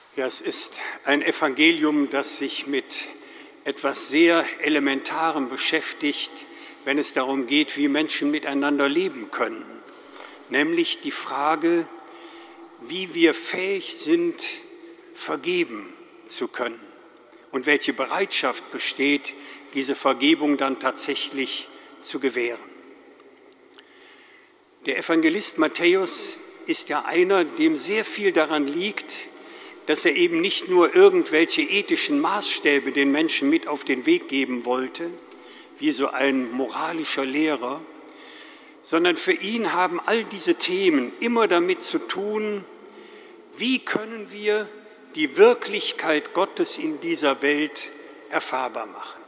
Ja, es ist ein Evangelium, das sich mit etwas sehr Elementarem beschäftigt, wenn es darum geht, wie Menschen miteinander leben können. Nämlich die Frage, wie wir fähig sind, vergeben zu können und welche Bereitschaft besteht, diese Vergebung dann tatsächlich zu gewähren. Der Evangelist Matthäus ist ja einer, dem sehr viel daran liegt, dass er eben nicht nur irgendwelche ethischen Maßstäbe den Menschen mit auf den Weg geben wollte, wie so ein moralischer Lehrer, sondern für ihn haben all diese Themen immer damit zu tun, wie können wir die Wirklichkeit Gottes in dieser Welt erfahrbar machen.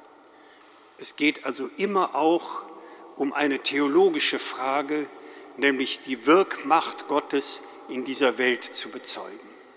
Es geht also immer auch um eine theologische Frage, nämlich die Wirkmacht Gottes in dieser Welt zu bezeugen.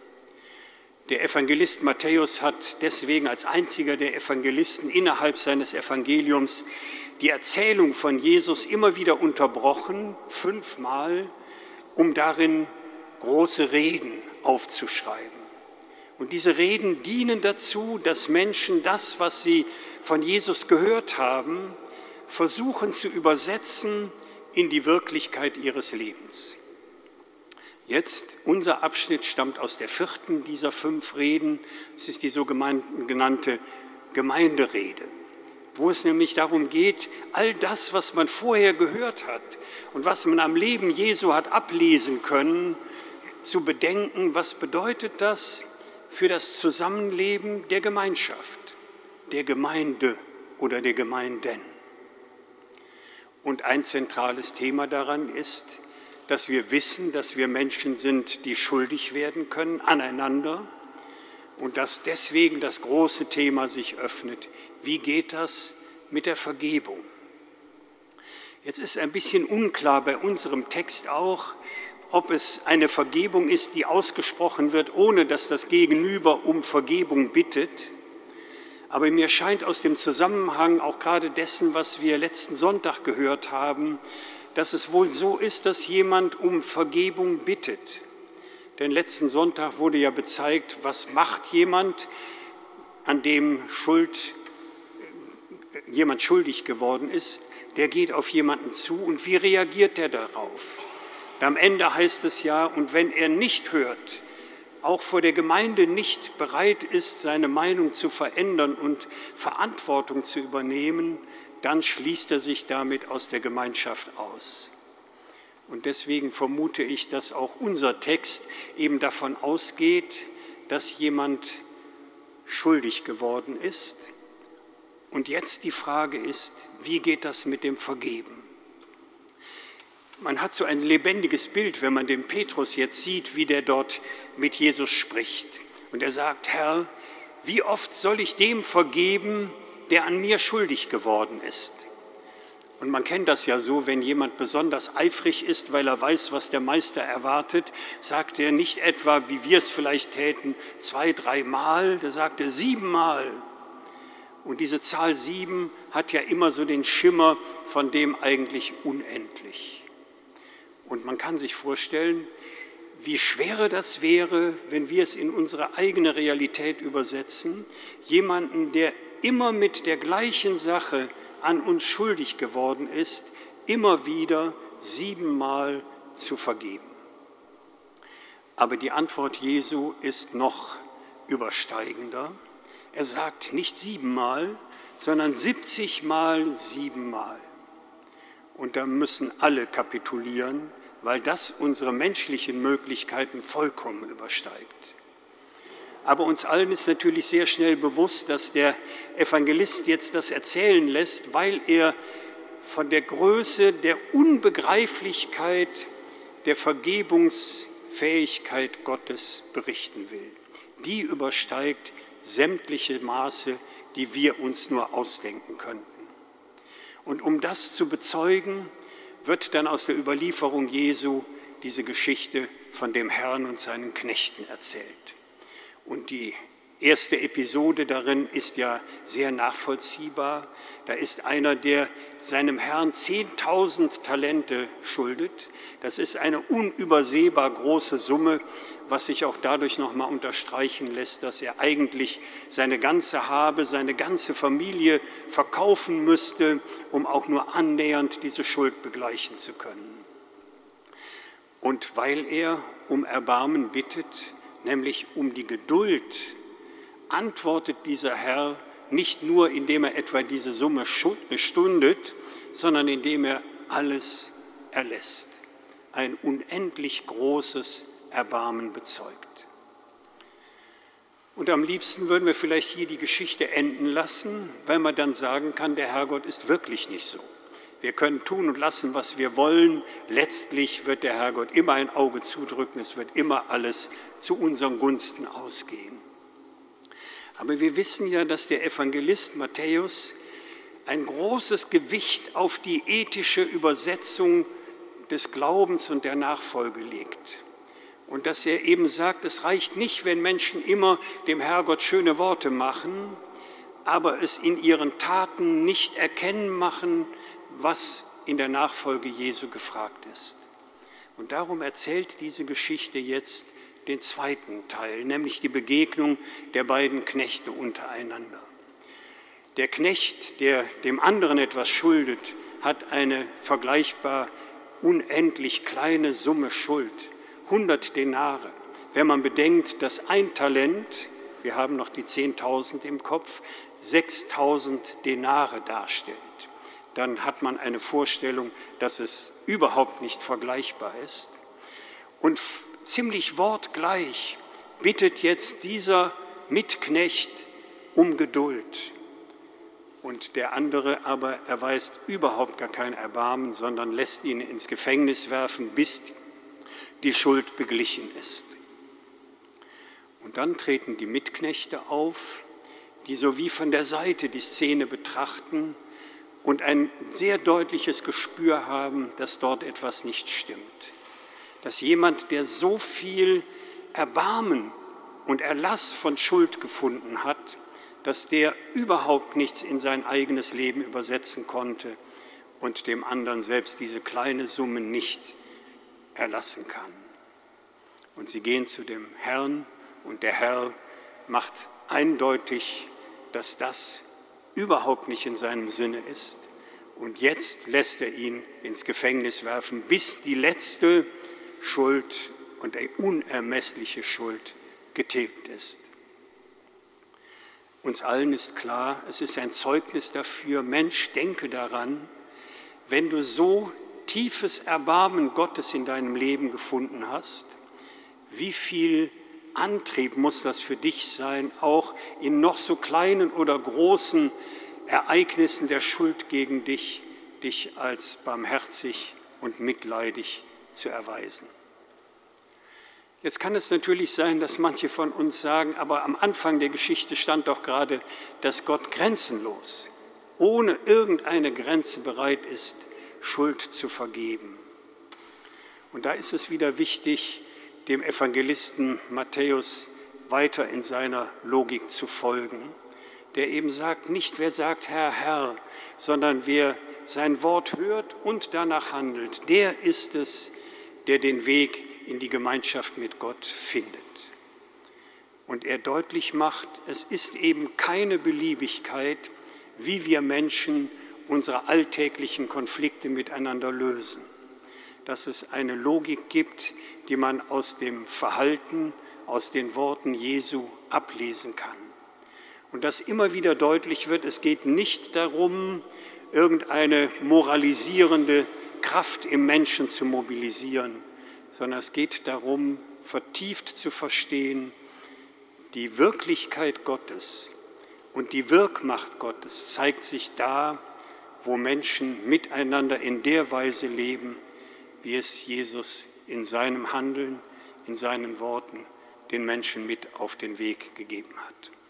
Der Evangelist Matthäus hat deswegen als einziger der Evangelisten innerhalb seines Evangeliums die Erzählung von Jesus immer wieder unterbrochen, 5-mal, um darin große Reden aufzuschreiben. Und diese Reden dienen dazu, dass Menschen das, was sie von Jesus gehört haben, versuchen zu übersetzen in die Wirklichkeit ihres Lebens. Jetzt, unser Abschnitt stammt aus der 4. dieser 5 Reden. Es ist die sogenannte Gemeinderede, wo es nämlich darum geht, all das, was man vorher gehört hat und was man am Leben Jesu hat ablesen können, zu bedenken, was bedeutet das für das Zusammenleben der Gemeinschaft, der Gemeinde oder der Gemeinden. Und ein zentrales Thema daran ist, dass wir wissen, dass wir Menschen sind, die schuldig werden können aneinander und dass deswegen das große Thema sich öffnet. Wie geht das mit der Vergebung? Jetzt ist ein bisschen unklar bei unserem Text auch, ob es eine Vergebung ist, die ausgesprochen wird, ohne dass das Gegenüber um Vergebung bittet. Aber mir scheint aus dem Zusammenhang auch gerade dessen, was wir letzten Sonntag gehört haben, dass es wohl so ist, dass jemand um Vergebung bittet. Denn letzten Sonntag wurde ja gezeigt, was macht jemand, an dem jemand schuldig geworden ist. Der geht auf jemanden zu und wie reagiert er darauf? Und am Ende heißt es ja, und wenn er nicht hört, auch vor der Gemeinde nicht bereit ist, seine Meinung zu verändern und Verantwortung zu übernehmen, dann schließt er sich damit aus der Gemeinschaft aus. Und deswegen vermute ich, dass auch unser Text eben davon ausgeht, dass jemand schuldig geworden ist. Und jetzt die Frage ist, wie geht das mit dem Vergeben? Man hat so ein lebendiges Bild, wenn man den Petrus jetzt sieht, wie der dort mit Jesus spricht. Und er sagt, Herr, wie oft soll ich dem vergeben, der an mir schuldig geworden ist? Und man kennt das ja so, wenn jemand besonders eifrig ist, weil er weiß, was der Meister erwartet, sagt er nicht etwa, wie wir es vielleicht täten, 2, 3 Mal, der sagt er 7 Mal. Und diese Zahl 7 hat ja immer so den Schimmer von dem eigentlich unendlich. Und man kann sich vorstellen, wie schwer das wäre, wenn wir es in unsere eigene Realität übersetzen, jemanden, der immer mit der gleichen Sache an uns schuldig geworden ist, immer wieder 7-mal zu vergeben. Aber die Antwort Jesu ist noch übersteigender. Er sagt nicht 7-mal, sondern 70-mal 7-mal. Und da müssen alle kapitulieren, weil das unsere menschlichen Möglichkeiten vollkommen übersteigt. Aber uns allen ist natürlich sehr schnell bewusst, dass der Evangelist jetzt das erzählen lässt, weil er von der Größe der Unbegreiflichkeit der Vergebungsfähigkeit Gottes berichten will. Die übersteigt sämtliche Maße, die wir uns nur ausdenken könnten. Und um das zu bezeugen, wird dann aus der Überlieferung Jesu diese Geschichte von dem Herrn und seinen Knechten erzählt. Und die erste Episode darin ist ja sehr nachvollziehbar. Da ist einer, der seinem Herrn 10.000 Talente schuldet. Das ist eine unübersehbar große Summe. was sich auch dadurch nochmal unterstreichen lässt, dass er eigentlich seine ganze Habe, seine ganze Familie verkaufen müsste, um auch nur annähernd diese Schuld begleichen zu können. Und weil er um Erbarmen bittet, nämlich um die Geduld, antwortet dieser Herr nicht nur, indem er etwa diese Summe stundet, sondern indem er alles erlässt. Ein unendlich großes Erbarmen bezeugt. Und am liebsten würden wir vielleicht hier die Geschichte enden lassen, weil man dann sagen kann, der Herrgott ist wirklich nicht so. Wir können tun und lassen, was wir wollen. Letztlich wird der Herrgott immer ein Auge zudrücken. Es wird immer alles zu unseren Gunsten ausgehen. Aber wir wissen ja, dass der Evangelist Matthäus ein großes Gewicht auf die ethische Übersetzung des Glaubens und der Nachfolge legt. Und dass er eben sagt, es reicht nicht, wenn Menschen immer dem Herrgott schöne Worte machen, aber es in ihren Taten nicht erkennen machen, was in der Nachfolge Jesu gefragt ist. Und darum erzählt diese Geschichte jetzt den zweiten Teil, nämlich die Begegnung der beiden Knechte untereinander. Der Knecht, der dem anderen etwas schuldet, hat eine vergleichbar unendlich kleine Summe Schuld, 100 Denare. Wenn man bedenkt, dass ein Talent, wir haben noch die 10.000 im Kopf, 6.000 Denare darstellt, dann hat man eine Vorstellung, dass es überhaupt nicht vergleichbar ist. Und ziemlich wortgleich bittet jetzt dieser Mitknecht um Geduld. Und der andere aber erweist überhaupt gar kein Erbarmen, sondern lässt ihn ins Gefängnis werfen, bis die Schuld beglichen ist. Und dann treten die Mitknechte auf, die so wie von der Seite die Szene betrachten und ein sehr deutliches Gespür haben, dass dort etwas nicht stimmt. Dass jemand, der so viel Erbarmen und Erlass von Schuld gefunden hat, dass der überhaupt nichts in sein eigenes Leben übersetzen konnte und dem anderen selbst diese kleine Summe nicht erlassen kann. Und sie gehen zu dem Herrn und der Herr macht eindeutig, dass das überhaupt nicht in seinem Sinne ist. Und jetzt lässt er ihn ins Gefängnis werfen, bis die letzte Schuld und die unermessliche Schuld getilgt ist. Uns allen ist klar, es ist ein Zeugnis dafür, Mensch, denke daran, wenn du so tiefes Erbarmen Gottes in deinem Leben gefunden hast, wie viel Antrieb muss das für dich sein, auch in noch so kleinen oder großen Ereignissen der Schuld gegen dich als barmherzig und mitleidig zu erweisen. Jetzt kann es natürlich sein, dass manche von uns sagen, aber am Anfang der Geschichte stand doch gerade, dass Gott grenzenlos, ohne irgendeine Grenze bereit ist, Schuld zu vergeben. Und da ist es wieder wichtig, dem Evangelisten Matthäus weiter in seiner Logik zu folgen, der eben sagt, nicht wer sagt Herr, Herr, sondern wer sein Wort hört und danach handelt, der ist es, der den Weg in die Gemeinschaft mit Gott findet. Und er deutlich macht, es ist eben keine Beliebigkeit, wie wir Menschen unsere alltäglichen Konflikte miteinander lösen. Dass es eine Logik gibt, die man aus dem Verhalten, aus den Worten Jesu ablesen kann. Und dass immer wieder deutlich wird, es geht nicht darum, irgendeine moralisierende Kraft im Menschen zu mobilisieren, sondern es geht darum, vertieft zu verstehen, die Wirklichkeit Gottes und die Wirkmacht Gottes zeigt sich da, wo Menschen miteinander in der Weise leben, wie es Jesus in seinem Handeln, in seinen Worten den Menschen mit auf den Weg gegeben hat.